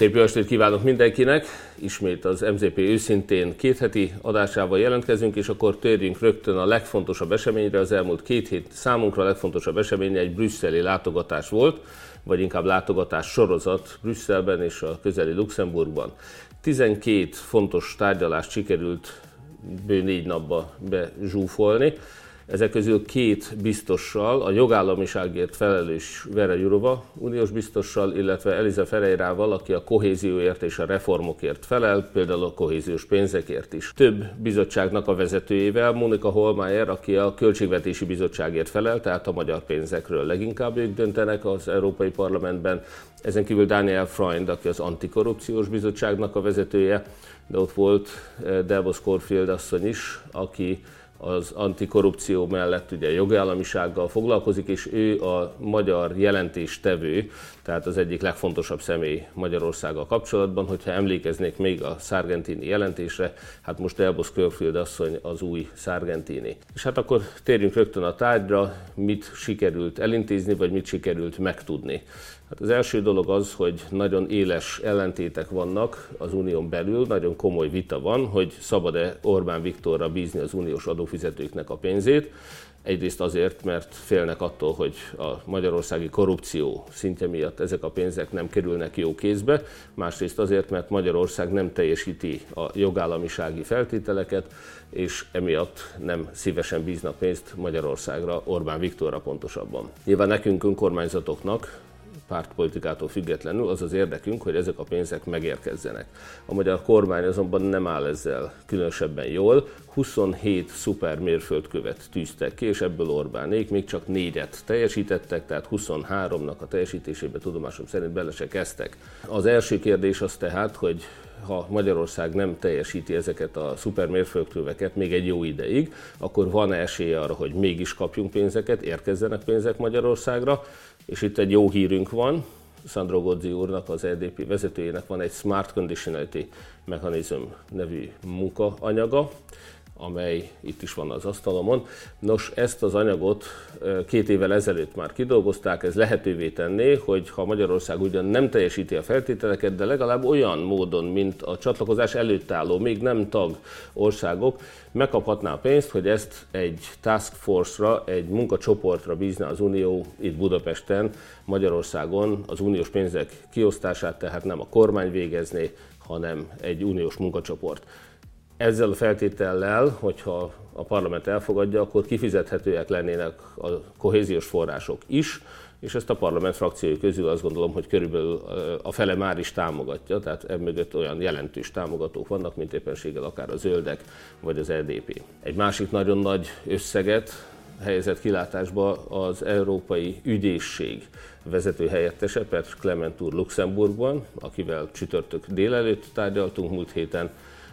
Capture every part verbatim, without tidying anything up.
Szép jó estét kívánok mindenkinek! Ismét az em zé pé őszintén kétheti adásával jelentkezünk, és akkor térjünk rögtön a legfontosabb eseményre. Az elmúlt két hét számunkra a legfontosabb eseménye egy brüsszeli látogatás volt, vagy inkább látogatás sorozat Brüsszelben és a közeli Luxemburgban. tizenkét fontos tárgyalást sikerült bő négy napba bezsúfolni. Ezek közül két biztossal, a jogállamiságért felelős Vera Jourova uniós biztossal, illetve Elisa Ferreirával, aki a kohézióért és a reformokért felel, például a kohéziós pénzekért is. Több bizottságnak a vezetőjével, Monika Hohlmeier, aki a Költségvetési Bizottságért felel, tehát a magyar pénzekről leginkább ők döntenek az Európai Parlamentben. Ezen kívül Daniel Freund, aki az Antikorrupciós Bizottságnak a vezetője, de ott volt Delbos Corfield asszony is, aki az antikorrupció mellett ugye jogállamisággal foglalkozik, és ő a magyar jelentéstevő, tehát az egyik legfontosabb személy Magyarországgal kapcsolatban. Hogyha emlékeznék még a Sargentini jelentésre, hát most Delbos Corfield asszony az új Sargentini. És hát akkor térjünk rögtön a tárgyra, mit sikerült elintézni, vagy mit sikerült megtudni. Hát az első dolog az, hogy nagyon éles ellentétek vannak az unión belül, nagyon komoly vita van, hogy szabad-e Orbán Viktorra bízni az uniós adófizetőknek a pénzét. Egyrészt azért, mert félnek attól, hogy a magyarországi korrupció szintje miatt ezek a pénzek nem kerülnek jó kézbe, másrészt azért, mert Magyarország nem teljesíti a jogállamisági feltételeket, és emiatt nem szívesen bíznak pénzt Magyarországra, Orbán Viktorra pontosabban. Nyilván nekünk önkormányzatoknak, pártpolitikától függetlenül az az érdekünk, hogy ezek a pénzek megérkezzenek. A magyar kormány azonban nem áll ezzel különösebben jól. huszonhét szuper mérföldkövet tűztek ki, és ebből Orbánék még csak négyet teljesítettek, tehát huszonháromnak a teljesítésébe tudomásom szerint bele se kezdtek. Az első kérdés az tehát, hogy ha Magyarország nem teljesíti ezeket a szuper mérföldköveket még egy jó ideig, akkor van-e esélye arra, hogy mégis kapjunk pénzeket, érkezzenek pénzek Magyarországra, és itt egy jó hírünk van. Sandro Gozzi úrnak, az é dé pé vezetőjének van egy Smart Conditionality Mechanism nevű munkaanyaga, amely itt is van az asztalomon. Nos, ezt az anyagot két évvel ezelőtt már kidolgozták, ez lehetővé tenné, hogy ha Magyarország ugyan nem teljesíti a feltételeket, de legalább olyan módon, mint a csatlakozás előtt álló, még nem tag országok, megkaphatná a pénzt, hogy ezt egy task force-ra, egy munkacsoportra bízna az Unió itt Budapesten, Magyarországon az uniós pénzek kiosztását, tehát nem a kormány végezné, hanem egy uniós munkacsoport. Ezzel a feltétellel, hogyha a parlament elfogadja, akkor kifizethetőek lennének a kohéziós források is, és ezt a parlament frakciói közül azt gondolom, hogy körülbelül a fele már is támogatja, tehát emögött olyan jelentős támogatók vannak, mint éppenséggel akár a Zöldek vagy az é dé pé. Egy másik nagyon nagy összeget helyezett kilátásba az Európai Ügyészség vezető helyettese, Petr Klement úr Luxemburgban, akivel csütörtök délelőtt tárgyaltunk múlt héten.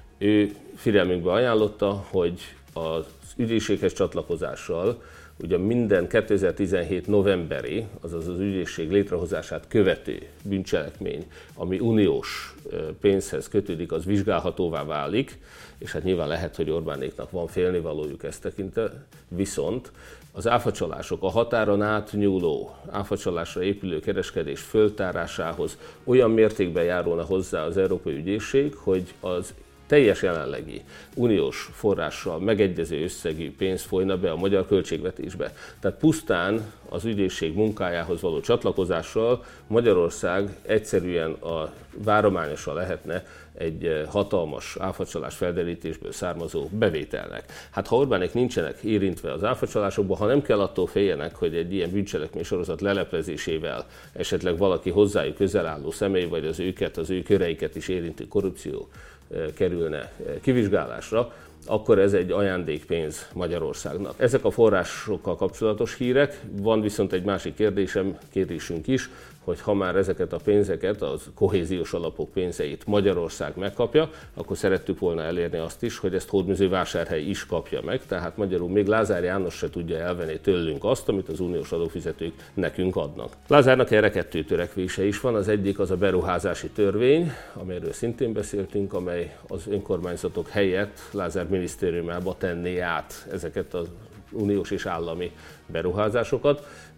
Ő figyelmünkbe ajánlotta, hogy az ügyészséghez csatlakozással ugye minden kétezer-tizenhét novemberi, azaz az ügyészség létrehozását követő bűncselekmény, ami uniós pénzhez kötődik, az vizsgálhatóvá válik, és hát nyilván lehet, hogy Orbánéknak van félnivalójuk ezt tekintve, viszont az áfacsalások, a határon átnyúló áfacsalásra épülő kereskedés föltárásához olyan mértékben járulna hozzá az Európai Ügyészség, hogy az teljes jelenlegi uniós forrással megegyező összegű pénz folyna be a magyar költségvetésbe. Tehát pusztán az ügyészség munkájához való csatlakozással Magyarország egyszerűen a várományosa lehetne egy hatalmas áfacsalás felderítésből származó bevételnek. Hát ha Orbánék nincsenek érintve az áfacsalásokban, ha nem kell attól féljenek, hogy egy ilyen bűncselekmény sorozat leleplezésével esetleg valaki hozzájuk közel álló személy, vagy az őket, az ő köreiket is érintő korrupció kerülne kivizsgálásra, akkor ez egy ajándékpénz Magyarországnak. Ezek a forrásokkal kapcsolatos hírek, van viszont egy másik kérdésem, kérdésünk is, hogy ha már ezeket a pénzeket, az kohéziós alapok pénzeit Magyarország megkapja, akkor szerettük volna elérni azt is, hogy ezt Hódmezővásárhely is kapja meg, tehát magyarul még Lázár János se tudja elvenni tőlünk azt, amit az uniós adófizetők nekünk adnak. Lázárnak erre kettő törekvése is van, az egyik az a beruházási törvény, amelyről szintén beszéltünk, amely az önkormányzatok helyett Lázár minisztériumába tenné át ezeket az uniós és állami beruházásokat.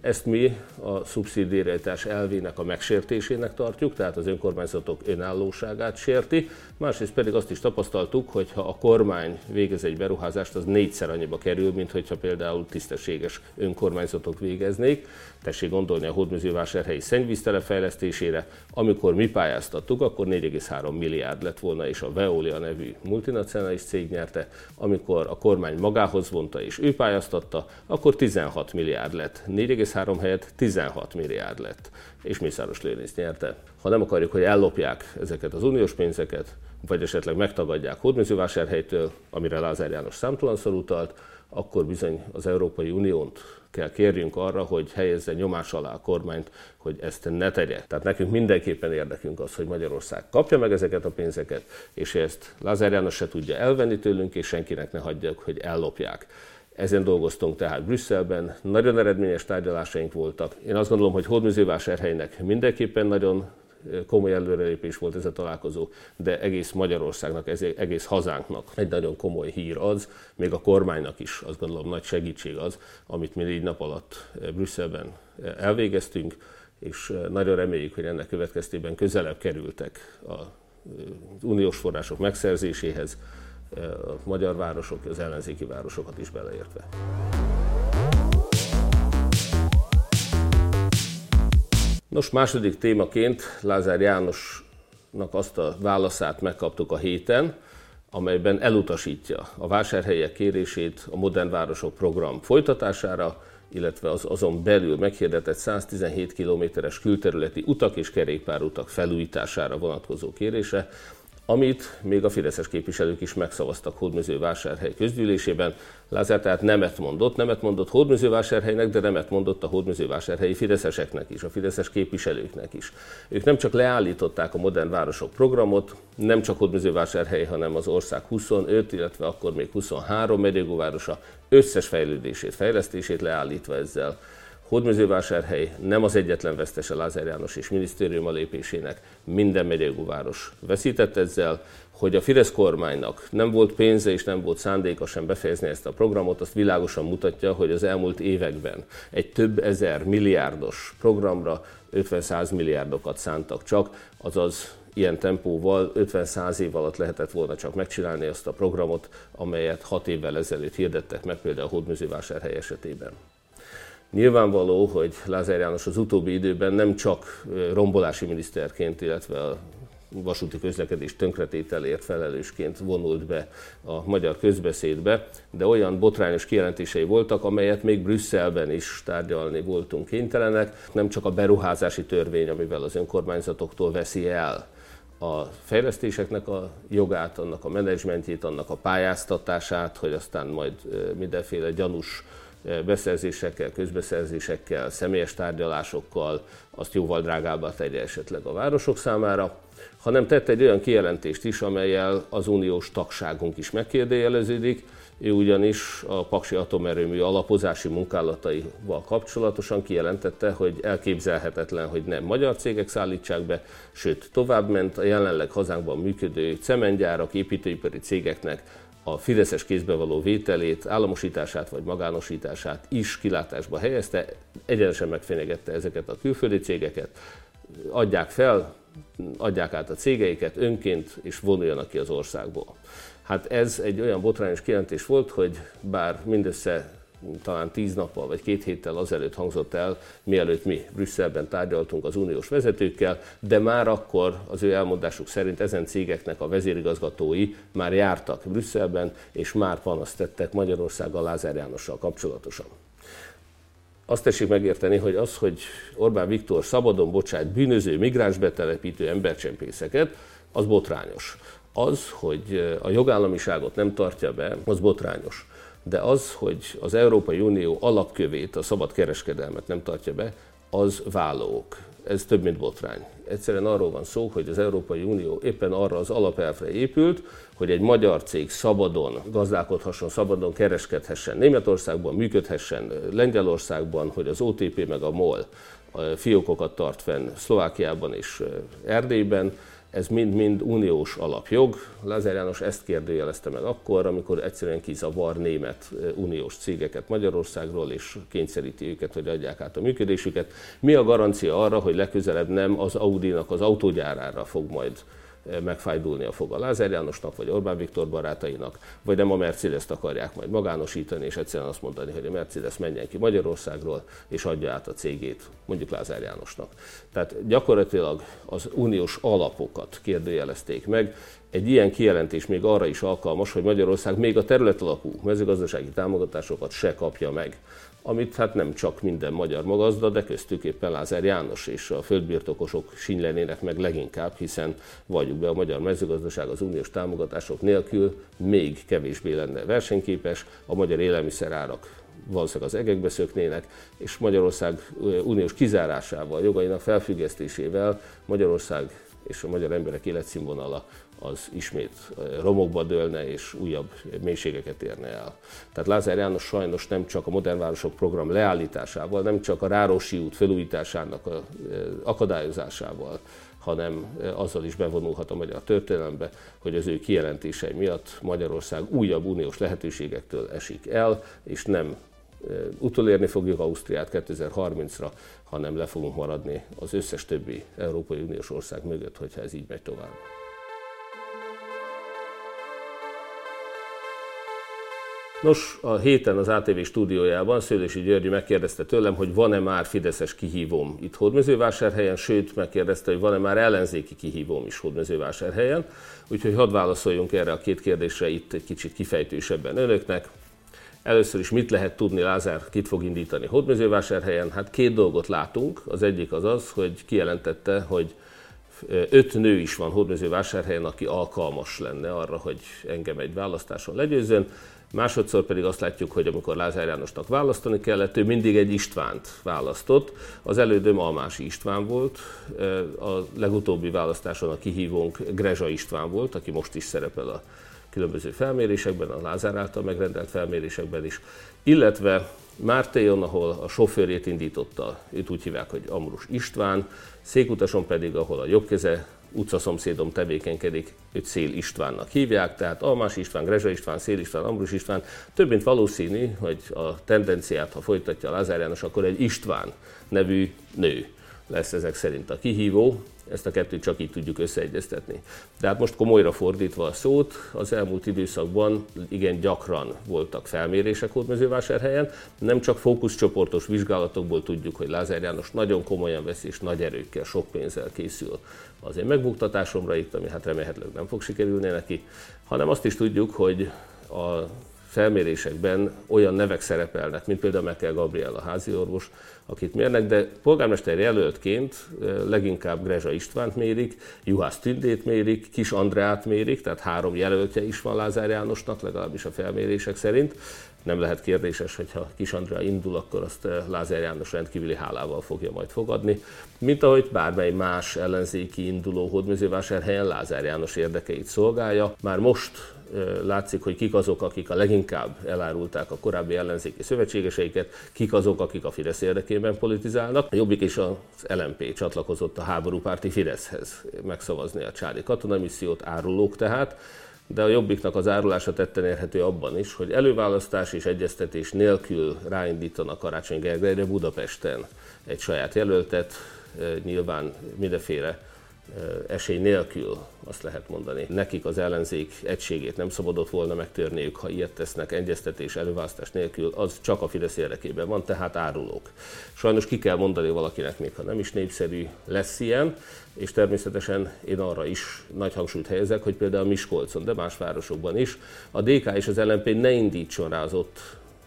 Ezt mi a szubszidiaritás elvének a megsértésének tartjuk, tehát az önkormányzatok önállóságát sérti. Másrészt pedig azt is tapasztaltuk, hogy ha a kormány végez egy beruházást, az négyszer annyiba kerül, mint hogyha például tisztességes önkormányzatok végeznék. Tessék gondolni a hódmezővásárhelyi szennyvíztelep fejlesztésére. Amikor mi pályáztattuk, akkor négy egész három milliárd lett volna, és a Veolia nevű multinacionális cég nyerte. Amikor a kormány magához vonta és ő pályáztatta, akkor tizenhat milliárd lett. négy egész három helyett tizenhat milliárd lett, és Mészáros Lőrinc nyerte. Ha nem akarjuk, hogy ellopják ezeket az uniós pénzeket, vagy esetleg megtagadják Hódmezővásárhelytől, amire Lázár János számtalanszor utalt, akkor bizony az Európai Uniót kell kérjünk arra, hogy helyezze nyomás alá a kormányt, hogy ezt ne tegye. Tehát nekünk mindenképpen érdekünk az, hogy Magyarország kapja meg ezeket a pénzeket, és ezt Lázár János se tudja elvenni tőlünk, és senkinek ne hagyják, hogy ellopják. Ezen dolgoztunk tehát Brüsszelben, nagyon eredményes tárgyalásaink voltak. Én azt gondolom, hogy Hódmezővásárhelynek mindenképpen nagyon komoly előrelépés volt ez a találkozó, de egész Magyarországnak, egész hazánknak egy nagyon komoly hír az, még a kormánynak is azt gondolom nagy segítség az, amit mi négy nap alatt Brüsszelben elvégeztünk, és nagyon reméljük, hogy ennek következtében közelebb kerültek az uniós források megszerzéséhez, a magyar városok, az ellenzéki városokat is beleértve. Nos, második témaként Lázár Jánosnak azt a válaszát megkaptuk a héten, amelyben elutasítja a vásárhelyek kérését a Modern Városok program folytatására, illetve az azon belül meghirdetett száztizenhét kilométeres külterületi utak és kerékpárutak felújítására vonatkozó kérése, amit még a fideszes képviselők is megszavaztak Hódmezővásárhely közgyűlésében. Lázár tehát nemet mondott, nemet mondott Hódmezővásárhelynek, de nemet mondott a hódmezővásárhelyi fideszeseknek is, a fideszes képviselőknek is. Ők nem csak leállították a Modern Városok programot, nem csak Hódmezővásárhely, hanem az ország huszonöt, illetve akkor még huszonhárom megyégóvárosa összes fejlődését, fejlesztését leállítva ezzel. Hódmezővásárhely nem az egyetlen vesztese Lázár János és minisztériuma lépésének, minden megyégóváros veszített ezzel. Hogy a Fidesz kormánynak nem volt pénze és nem volt szándéka sem befejezni ezt a programot, azt világosan mutatja, hogy az elmúlt években egy több ezer milliárdos programra ötven-száz milliárdokat szántak csak, azaz ilyen tempóval ötven-száz év alatt lehetett volna csak megcsinálni azt a programot, amelyet hat évvel ezelőtt hirdettek meg például a Hódmezővásárhely esetében. Nyilvánvaló, hogy Lázár János az utóbbi időben nem csak rombolási miniszterként, illetve a vasúti közlekedés tönkretételért felelősként vonult be a magyar közbeszédbe, de olyan botrányos kijelentései voltak, amelyet még Brüsszelben is tárgyalni voltunk kénytelenek. Nem csak a beruházási törvény, amivel az önkormányzatoktól veszi el a fejlesztéseknek a jogát, annak a menedzsmentjét, annak a pályáztatását, hogy aztán majd mindenféle gyanús beszerzésekkel, közbeszerzésekkel, személyes tárgyalásokkal azt jóval drágábbá tegye esetleg a városok számára, hanem tett egy olyan kijelentést is, amellyel az uniós tagságunk is megkérdőjeleződik. Ő ugyanis a paksi atomerőmű alapozási munkálataival kapcsolatosan kijelentette, hogy elképzelhetetlen, hogy nem magyar cégek szállítsák be, sőt továbbment a jelenleg hazánkban működő cementgyárak, építőipari cégeknek a fideszes kézbe való vételét, államosítását vagy magánosítását is kilátásba helyezte, egyenesen megfenyegette ezeket a külföldi cégeket, adják fel, adják át a cégeiket önként, és vonuljanak ki az országból. Hát ez egy olyan botrányos kijelentés volt, hogy bár mindössze talán tíz nappal vagy két héttel azelőtt hangzott el, mielőtt mi Brüsszelben tárgyaltunk az uniós vezetőkkel, de már akkor az ő elmondásuk szerint ezen cégeknek a vezérigazgatói már jártak Brüsszelben, és már panaszt tettek Magyarországgal, Lázár Jánossal kapcsolatosan. Azt tessék megérteni, hogy az, hogy Orbán Viktor szabadon bocsát bűnöző, migránsbetelepítő embercsempészeket, az botrányos. Az, hogy a jogállamiságot nem tartja be, az botrányos. De az, hogy az Európai Unió alapkövét, a szabad kereskedelmet nem tartja be, az vállók. Ez több, mint botrány. Egyszerűen arról van szó, hogy az Európai Unió éppen arra az alapelvre épült, hogy egy magyar cég szabadon gazdálkodhasson, szabadon kereskedhessen Németországban, működhessen Lengyelországban, hogy az o té pé meg a MOL fiókokat tart fenn Szlovákiában és Erdélyben, Ez mind-mind uniós alapjog. Lázár János ezt kérdőjelezte meg akkor, amikor egyszerűen kizavar német uniós cégeket Magyarországról, és kényszeríti őket, hogy adják át a működésüket. Mi a garancia arra, hogy legközelebb nem az Audinak az autógyárára fog majd megfájdulni a fog a Lázár Jánosnak, vagy Orbán Viktor barátainak, vagy nem a Mercedes-t akarják majd magánosítani, és egyszerűen azt mondani, hogy a Mercedes menjen ki Magyarországról, és adja át a cégét mondjuk Lázár Jánosnak. Tehát gyakorlatilag az uniós alapokat kérdőjelezték meg. Egy ilyen kijelentés még arra is alkalmas, hogy Magyarország még a területalapú mezőgazdasági támogatásokat se kapja meg, amit hát nem csak minden magyar magazda, de köztük éppen Lázár János és a földbirtokosok sínylenének meg leginkább, hiszen valljuk be, a magyar mezőgazdaság az uniós támogatások nélkül még kevésbé lenne versenyképes, a magyar élelmiszerárak valószínűleg az egekbe szöknének, és Magyarország uniós kizárásával, jogainak felfüggesztésével Magyarország és a magyar emberek életszínvonala az ismét romokba dőlne és újabb mélységeket érne el. Tehát Lázár János sajnos nem csak a Modern Városok program leállításával, nem csak a Rárosi út felújításának az akadályozásával, hanem azzal is bevonulhat a magyar történelembe, hogy az ő kijelentései miatt Magyarország újabb uniós lehetőségektől esik el, és nem utolérni fogjuk Ausztriát kétezer-harmincra, hanem le fogunk maradni az összes többi Európai Uniós ország mögött, hogyha ez így megy tovább. Nos, a héten az á té vé stúdiójában Szőlősi György megkérdezte tőlem, hogy van-e már fideszes kihívóm itt Hódmezővásárhelyen, sőt megkérdezte, hogy van-e már ellenzéki kihívóm is Hódmezővásárhelyen. Úgyhogy hadd válaszoljunk erre a két kérdésre itt egy kicsit kifejtősebben önöknek. Először is mit lehet tudni, Lázár kit fog indítani Hódmezővásárhelyen? Hát két dolgot látunk. Az egyik az az, hogy kijelentette, hogy öt nő is van Hódmezővásárhelyen, aki alkalmas lenne arra, hogy engem egy választáson legyőzzön. Másodszor pedig azt látjuk, hogy amikor Lázár Jánosnak választani kellett, ő mindig egy Istvánt választott. Az elődöm Almási István volt, a legutóbbi választáson a kihívónk Grezsa István volt, aki most is szerepel a különböző felmérésekben, a Lázár által megrendelt felmérésekben is, illetve Mártéjon, ahol a sofőrjét indította, őt úgy hívják, hogy Ambrus István, Székutason pedig, ahol a jobbkeze utcaszomszédom tevékenykedik, őt Szél Istvánnak hívják, tehát Almási István, Grezsa István, Szél István, Ambrus István. Több mint valószínű, hogy a tendenciát, ha folytatja Lázár János, akkor egy István nevű nő lesz ezek szerint a kihívó. Ezt a kettőt csak így tudjuk összeegyeztetni. De hát most komolyra fordítva a szót, az elmúlt időszakban igen gyakran voltak felmérések Hódmezővásárhelyen. Nem csak fókuszcsoportos vizsgálatokból tudjuk, hogy Lázár János nagyon komolyan veszi és nagy erőkkel, sok pénzzel készül az én megbuktatásomra itt, ami hát remélhetőleg nem fog sikerülni neki, hanem azt is tudjuk, hogy a felmérésekben olyan nevek szerepelnek, mint például Merkel Gabriella háziorvos, akit mérnek, de polgármester jelöltként leginkább Grezsa Istvánt mérik, Juhász Tündét mérik, Kis Andreát mérik, tehát három jelöltje is van Lázár Jánosnak, legalábbis a felmérések szerint. Nem lehet kérdéses, hogyha Kis Andrea indul, akkor azt Lázár János rendkívüli hálával fogja majd fogadni, mint ahogy bármely más ellenzéki induló Hódmezővásárhelyen Lázár János érdekeit szolgálja. Már most látszik, hogy kik azok, akik a leginkább elárulták a korábbi ellenzéki szövetségeseiket, kik azok, akik a Fidesz érdekében politizálnak. A Jobbik és az el em pé csatlakozott a háborúpárti Fideszhez megszavazni a csádi katonamissziót, árulók tehát, de a Jobbiknak az árulása tetten érhető abban is, hogy előválasztás és egyeztetés nélkül ráindítanak Karácsony Gergelyre Budapesten egy saját jelöltet, nyilván mindenféle esély nélkül, azt lehet mondani. Nekik az ellenzék egységét nem szabadott volna megtörniük, ha ilyet tesznek egyeztetés, előválasztás nélkül, az csak a Fidesz érdekében van, tehát árulók. Sajnos ki kell mondani valakinek, még ha nem is népszerű, lesz ilyen, és természetesen én arra is nagy hangsúlyt helyezek, hogy például Miskolcon, de más városokban is a dé ká és az el em pé ne indítson rá az ott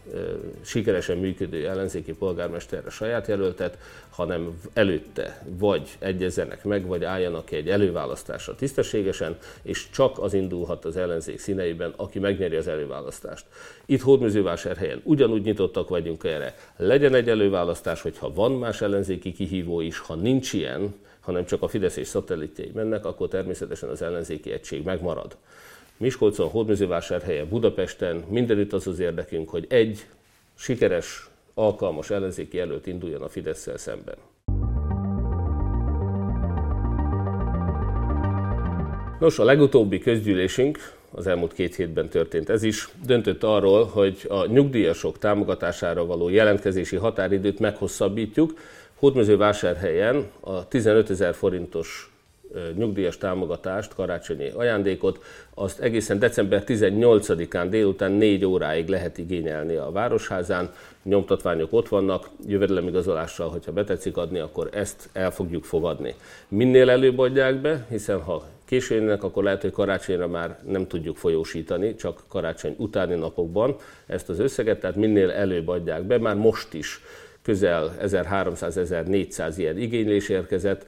sikeresen működő ellenzéki polgármesterre saját jelöltet, hanem előtte vagy egyezzenek meg, vagy álljanak ki egy előválasztásra tisztességesen, és csak az indulhat az ellenzék színeiben, aki megnyeri az előválasztást. Itt Hódmezővásárhelyen ugyanúgy nyitottak vagyunk erre. Legyen egy előválasztás, hogyha van más ellenzéki kihívó is, ha nincs ilyen, hanem csak a Fidesz és szatellitjei mennek, akkor természetesen az ellenzéki egység megmarad. Miskolcon, Hódmezővásárhelyen, Budapesten mindenütt az az érdekünk, hogy egy sikeres, alkalmas ellenzéki jelölt induljon a Fidesszel szemben. Nos, a legutóbbi közgyűlésünk, az elmúlt két hétben történt ez is, döntött arról, hogy a nyugdíjasok támogatására való jelentkezési határidőt meghosszabbítjuk. Hódmezővásárhelyen a tizenötezer forintos nyugdíjas támogatást, karácsonyi ajándékot, azt egészen december tizennyolcadikán délután négy óráig lehet igényelni a Városházán. Nyomtatványok ott vannak, jövedelemigazolással, hogyha betetszik adni, akkor ezt el fogjuk fogadni. Minél előbb adják be, hiszen ha későn jönnek, akkor lehet, hogy karácsonyra már nem tudjuk folyósítani, csak karácsony utáni napokban ezt az összeget, tehát minél előbb adják be, már most is közel ezerháromszáz-ezernégyszáz ilyen igénylés érkezett,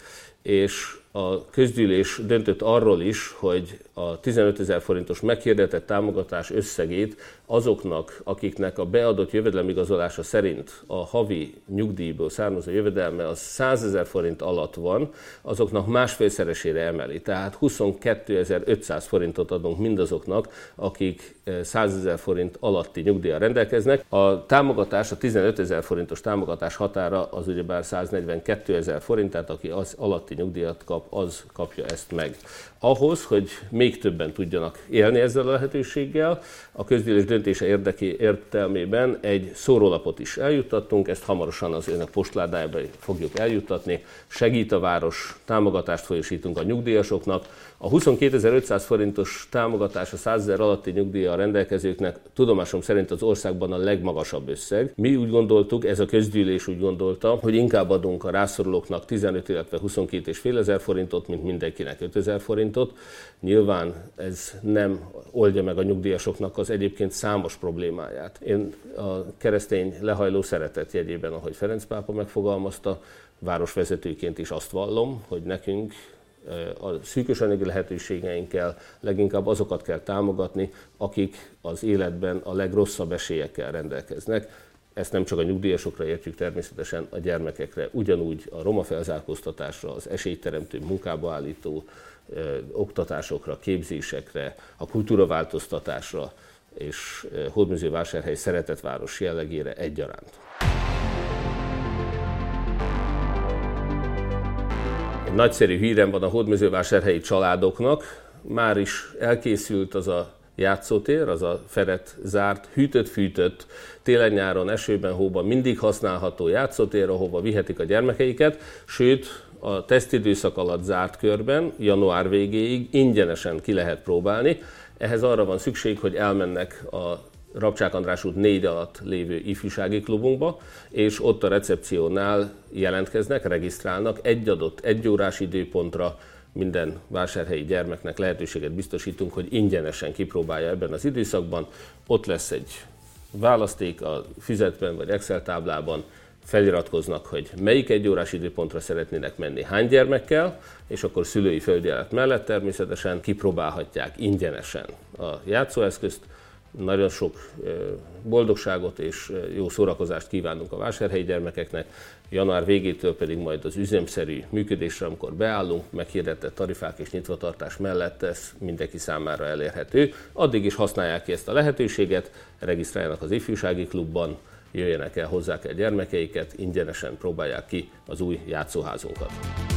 és a közgyűlés döntött arról is, hogy a tizenötezer forintos meghirdetett támogatás összegét azoknak, akiknek a beadott jövedelemigazolása szerint a havi nyugdíjból származó jövedelme az százezer forint alatt van, azoknak másfélszeresére emeli. Tehát huszonkétezer-ötszáz forintot adunk mindazoknak, akik százezer forint alatti nyugdíjjal rendelkeznek. A támogatás, a tizenötezer forintos támogatás határa az ugyebár száznegyvenkétezer forint, tehát aki az alatti nyugdíjat kap, az kapja ezt meg. Ahhoz, hogy még többen tudjanak élni ezzel a lehetőséggel, a közgyűlés döntése érdeki értelmében egy szórólapot is eljuttattunk, ezt hamarosan az önök postládájába fogjuk eljuttatni. Segít a város, támogatást folyosítunk a nyugdíjasoknak. A huszonkétezer-ötszáz forintos támogatás a százezer alatti nyugdíjjal rendelkezőknek tudomásom szerint az országban a legmagasabb összeg. Mi úgy gondoltuk, ez a közgyűlés úgy gondolta, hogy inkább adunk a rászorulóknak tizenöt, illetve huszonkétezer-ötszáz forintot, mint mindenkinek ötezer forintot. Nyilván ez nem oldja meg a nyugdíjasoknak az egyébként számos problémáját. Én a keresztény lehajló szeretet jegyében, ahogy Ferenc pápa megfogalmazta, városvezetőként is azt vallom, hogy nekünk a szűkös anyagi lehetőségeinkkel leginkább azokat kell támogatni, akik az életben a legrosszabb esélyekkel rendelkeznek. Ezt nem csak a nyugdíjasokra értjük, természetesen a gyermekekre, ugyanúgy a roma felzárkóztatásra, az esélyteremtő, munkába állító ö, oktatásokra, képzésekre, a kultúraváltoztatásra és Hódmezővásárhely szeretett város jellegére egyaránt. Egy nagyszerű hírem van a hódmezővásárhelyi családoknak, már is elkészült az a játszótér, az a fedett, zárt, hűtött-fűtött, télen-nyáron, esőben, hóban mindig használható játszótér, ahova vihetik a gyermekeiket, sőt a tesztidőszak alatt zárt körben, január végéig ingyenesen ki lehet próbálni. Ehhez arra van szükség, hogy elmennek a Rabcsák András út négy alatt lévő ifjúsági klubunkba, és ott a recepciónál jelentkeznek, regisztrálnak egy adott egyórás időpontra. Minden vásárhelyi gyermeknek lehetőséget biztosítunk, hogy ingyenesen kipróbálja ebben az időszakban. Ott lesz egy választék a füzetben vagy Excel táblában, feliratkoznak, hogy melyik egyórás időpontra szeretnének menni, hány gyermekkel, és akkor szülői földjelet mellett természetesen kipróbálhatják ingyenesen a játszóeszközt. Nagyon sok boldogságot és jó szórakozást kívánunk a vásárhelyi gyermekeknek. Január végétől pedig majd az üzemszerű működésre, amikor beállunk, meghirdetett tarifák és nyitvatartás mellett ez mindenki számára elérhető. Addig is használják ki ezt a lehetőséget, regisztráljanak az ifjúsági klubban, jöjjenek el, hozzák el gyermekeiket, ingyenesen próbálják ki az új játszóházunkat.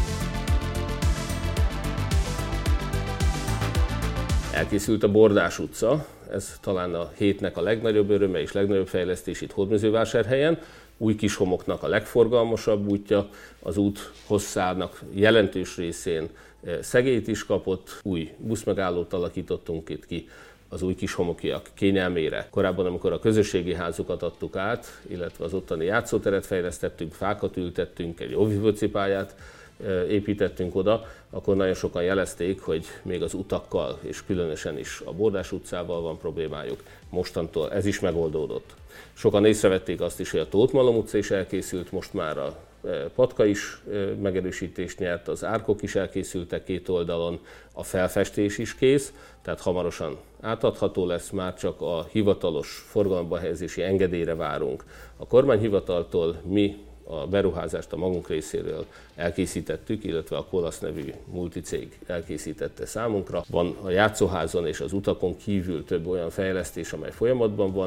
Elkészült a Bordás utca, ez talán a hétnek a legnagyobb öröme és legnagyobb fejlesztés itt Hódmezővásárhelyen. Új Kishomoknak a legforgalmasabb útja, az út hosszának jelentős részén szegélyt is kapott, új buszmegállót alakítottunk itt ki az Új Kishomokiak kényelmére. Korábban, amikor a közösségi házukat adtuk át, illetve az ottani játszóteret fejlesztettünk, fákat ültettünk, egy óvifocipályát építettünk oda, akkor nagyon sokan jelezték, hogy még az utakkal és különösen is a Bordás utcával van problémájuk. Mostantól ez is megoldódott. Sokan észrevették azt is, hogy a Tóth Malom utca is elkészült, most már a patka is megerősítést nyert, az árkok is elkészültek két oldalon, a felfestés is kész, tehát hamarosan átadható lesz, már csak a hivatalos forgalomba helyezési engedélyre várunk. A kormányhivataltól mi a beruházást a magunk részéről elkészítettük, illetve a Kolasz nevű multicég elkészítette számunkra. Van a játszóházon és az utakon kívül több olyan fejlesztés, amely folyamatban van.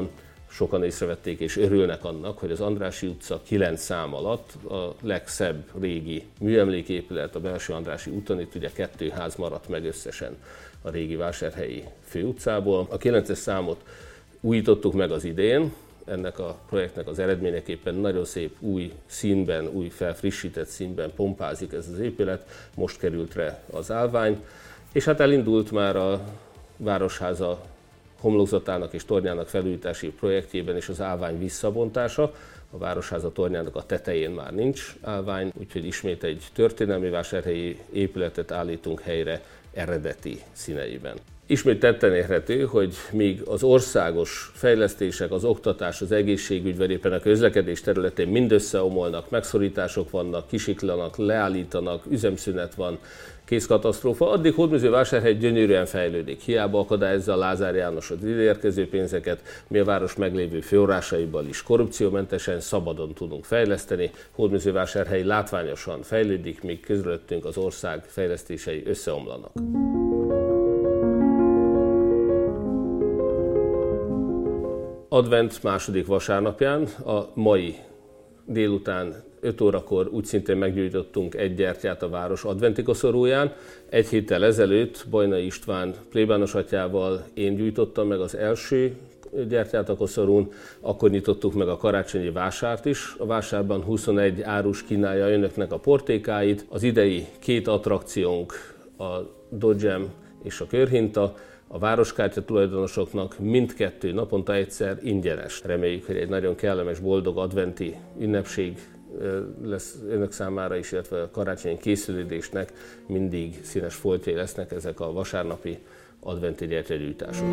sokan észrevették és örülnek annak, hogy az Andrássy utca kilenc szám alatt a legszebb régi műemléképület, a Belső Andrássy úton, itt ugye kettő ház maradt meg összesen a régi vásárhelyi főutcából. A kilences számot újítottuk meg az idén, ennek a projektnek az eredményeképpen nagyon szép új színben, új felfrissített színben pompázik ez az épület, most került rá az állvány, és hát elindult már a Városháza homlokzatának és tornyának felújítási projektjében is az állvány visszabontása. A Városháza tornyának a tetején már nincs állvány, úgyhogy ismét egy történelmi vásárhelyi épületet állítunk helyre eredeti színeiben. Ismét tetten érhető, hogy míg az országos fejlesztések, az oktatás, az egészségügy, vagy éppen a közlekedés területén mind összeomolnak, megszorítások vannak, kisiklanak, leállítanak, üzemszünet van, kész katasztrófa, addig Hódmezővásárhely gyönyörűen fejlődik. Hiába akadályozza a Lázár János az ide érkező pénzeket, mi a város meglévő forrásaiból is korrupciómentesen, szabadon tudunk fejleszteni. Hódmezővásárhely látványosan fejlődik, míg közöttünk az ország fejlesztései összeomlanak. Advent második vasárnapján, a mai délután öt órakor úgy szintén meggyújtottunk egy gyertyát a város adventi koszorúján. Egy héttel ezelőtt Bajnai István plébános atyával én gyújtottam meg az első gyertyát a koszorún, akkor nyitottuk meg a karácsonyi vásárt is. A vásárban huszonegy árus kínálja önöknek a portékáit. Az idei két attrakciónk, a Dodgem és a Körhinta, a városkártya tulajdonosoknak mindkettő naponta egyszer ingyenes. Reméljük, hogy egy nagyon kellemes, boldog adventi ünnepség lesz önök számára is, illetve a karácsonyi készülődésnek mindig színes foltjai lesznek ezek a vasárnapi adventi gyertyagyújtások.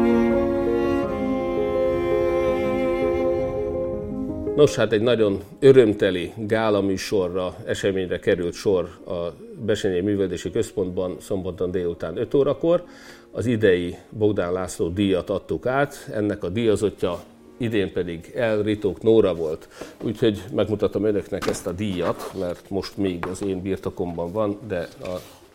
Nos, hát egy nagyon örömteli gálaműsorra, eseményre került sor a Bessenyei Művelődési Központban szombaton délután öt órakor. Az idei Bogdán László díjat adtuk át, ennek a díjazottja idén pedig El Ritók Nóra volt. Úgyhogy megmutatom önöknek ezt a díjat, mert most még az én birtokomban van, de a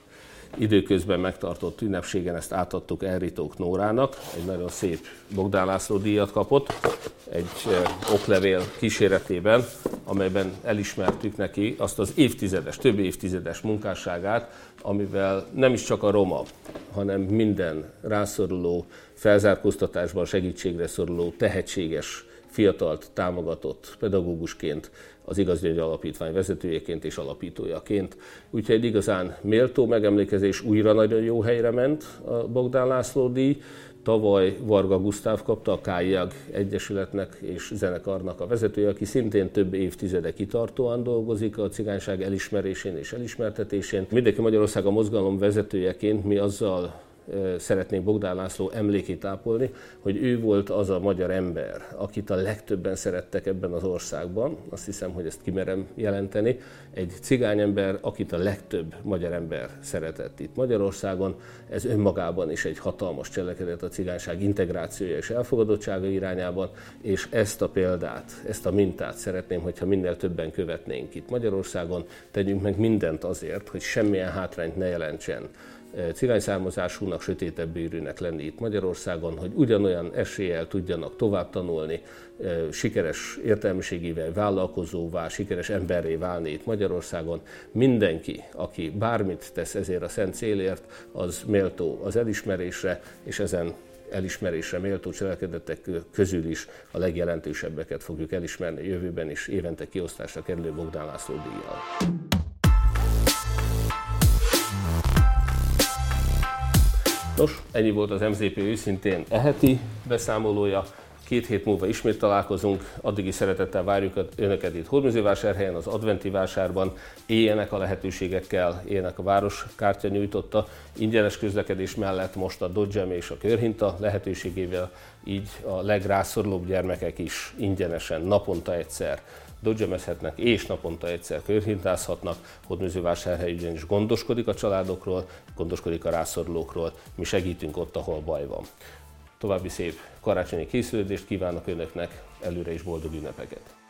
időközben megtartott ünnepségen ezt átadtuk El Ritók Nórának. Egy nagyon szép Bogdán László díjat kapott, egy oklevél kíséretében, amelyben elismertük neki azt az évtizedes, több évtizedes munkásságát, amivel nem is csak a roma, hanem minden rászoruló, felzárkóztatásban segítségre szoruló, tehetséges, fiatalt támogatott pedagógusként, az Igazgyöngy Alapítvány vezetőjeként és alapítójaként. Úgyhogy egy igazán méltó megemlékezés, újra nagyon jó helyre ment a Bogdán László díj. Tavaly Varga Gusztáv kapta, a Kájjag Egyesületnek és zenekarnak a vezetője, aki szintén több évtizede kitartóan dolgozik a cigányság elismerésén és elismertetésén. Mindenki Magyarország a mozgalom vezetőjeként mi azzal szeretnénk Bogdán László emlékét ápolni, hogy ő volt az a magyar ember, akit a legtöbben szerettek ebben az országban. Azt hiszem, hogy ezt kimerem jelenteni. Egy cigányember, akit a legtöbb magyar ember szeretett itt Magyarországon. Ez önmagában is egy hatalmas cselekedet a cigányság integrációja és elfogadottsága irányában, és ezt a példát, ezt a mintát szeretném, hogyha minél többen követnénk itt Magyarországon. Tegyünk meg mindent azért, hogy semmilyen hátrányt ne jelentsen cigány származásúnak, sötétebb bőrűnek lenni itt Magyarországon, hogy ugyanolyan eséllyel tudjanak tovább tanulni, sikeres értelmiségével vállalkozóvá, sikeres emberré válni itt Magyarországon. Mindenki, aki bármit tesz ezért a szent célért, az méltó az elismerésre, és ezen elismerésre méltó cselekedetek közül is a legjelentősebbeket fogjuk elismerni a jövőben is, évente kiosztásra kerülő Bogdán László díjjal. Nos, ennyi volt az em zé pé őszintén e heti beszámolója. Két hét múlva ismét találkozunk, addig is szeretettel várjuk önöket itt Hódmezővásárhelyen, az adventi vásárban. Éljenek a lehetőségekkel, éljenek a városkártya nyújtotta ingyenes közlekedés mellett most a Dodgem és a Körhinta lehetőségével, így a legrászorulóbb gyermekek is ingyenesen naponta egyszer dodgemezhetnek és naponta egyszer körhintázhatnak. Hódmezővásárhely ugyanis gondoskodik a családokról, gondoskodik a rászorulókról, mi segítünk ott, ahol baj van. További szép karácsonyi készülődést kívánok önöknek, előre is boldog ünnepeket!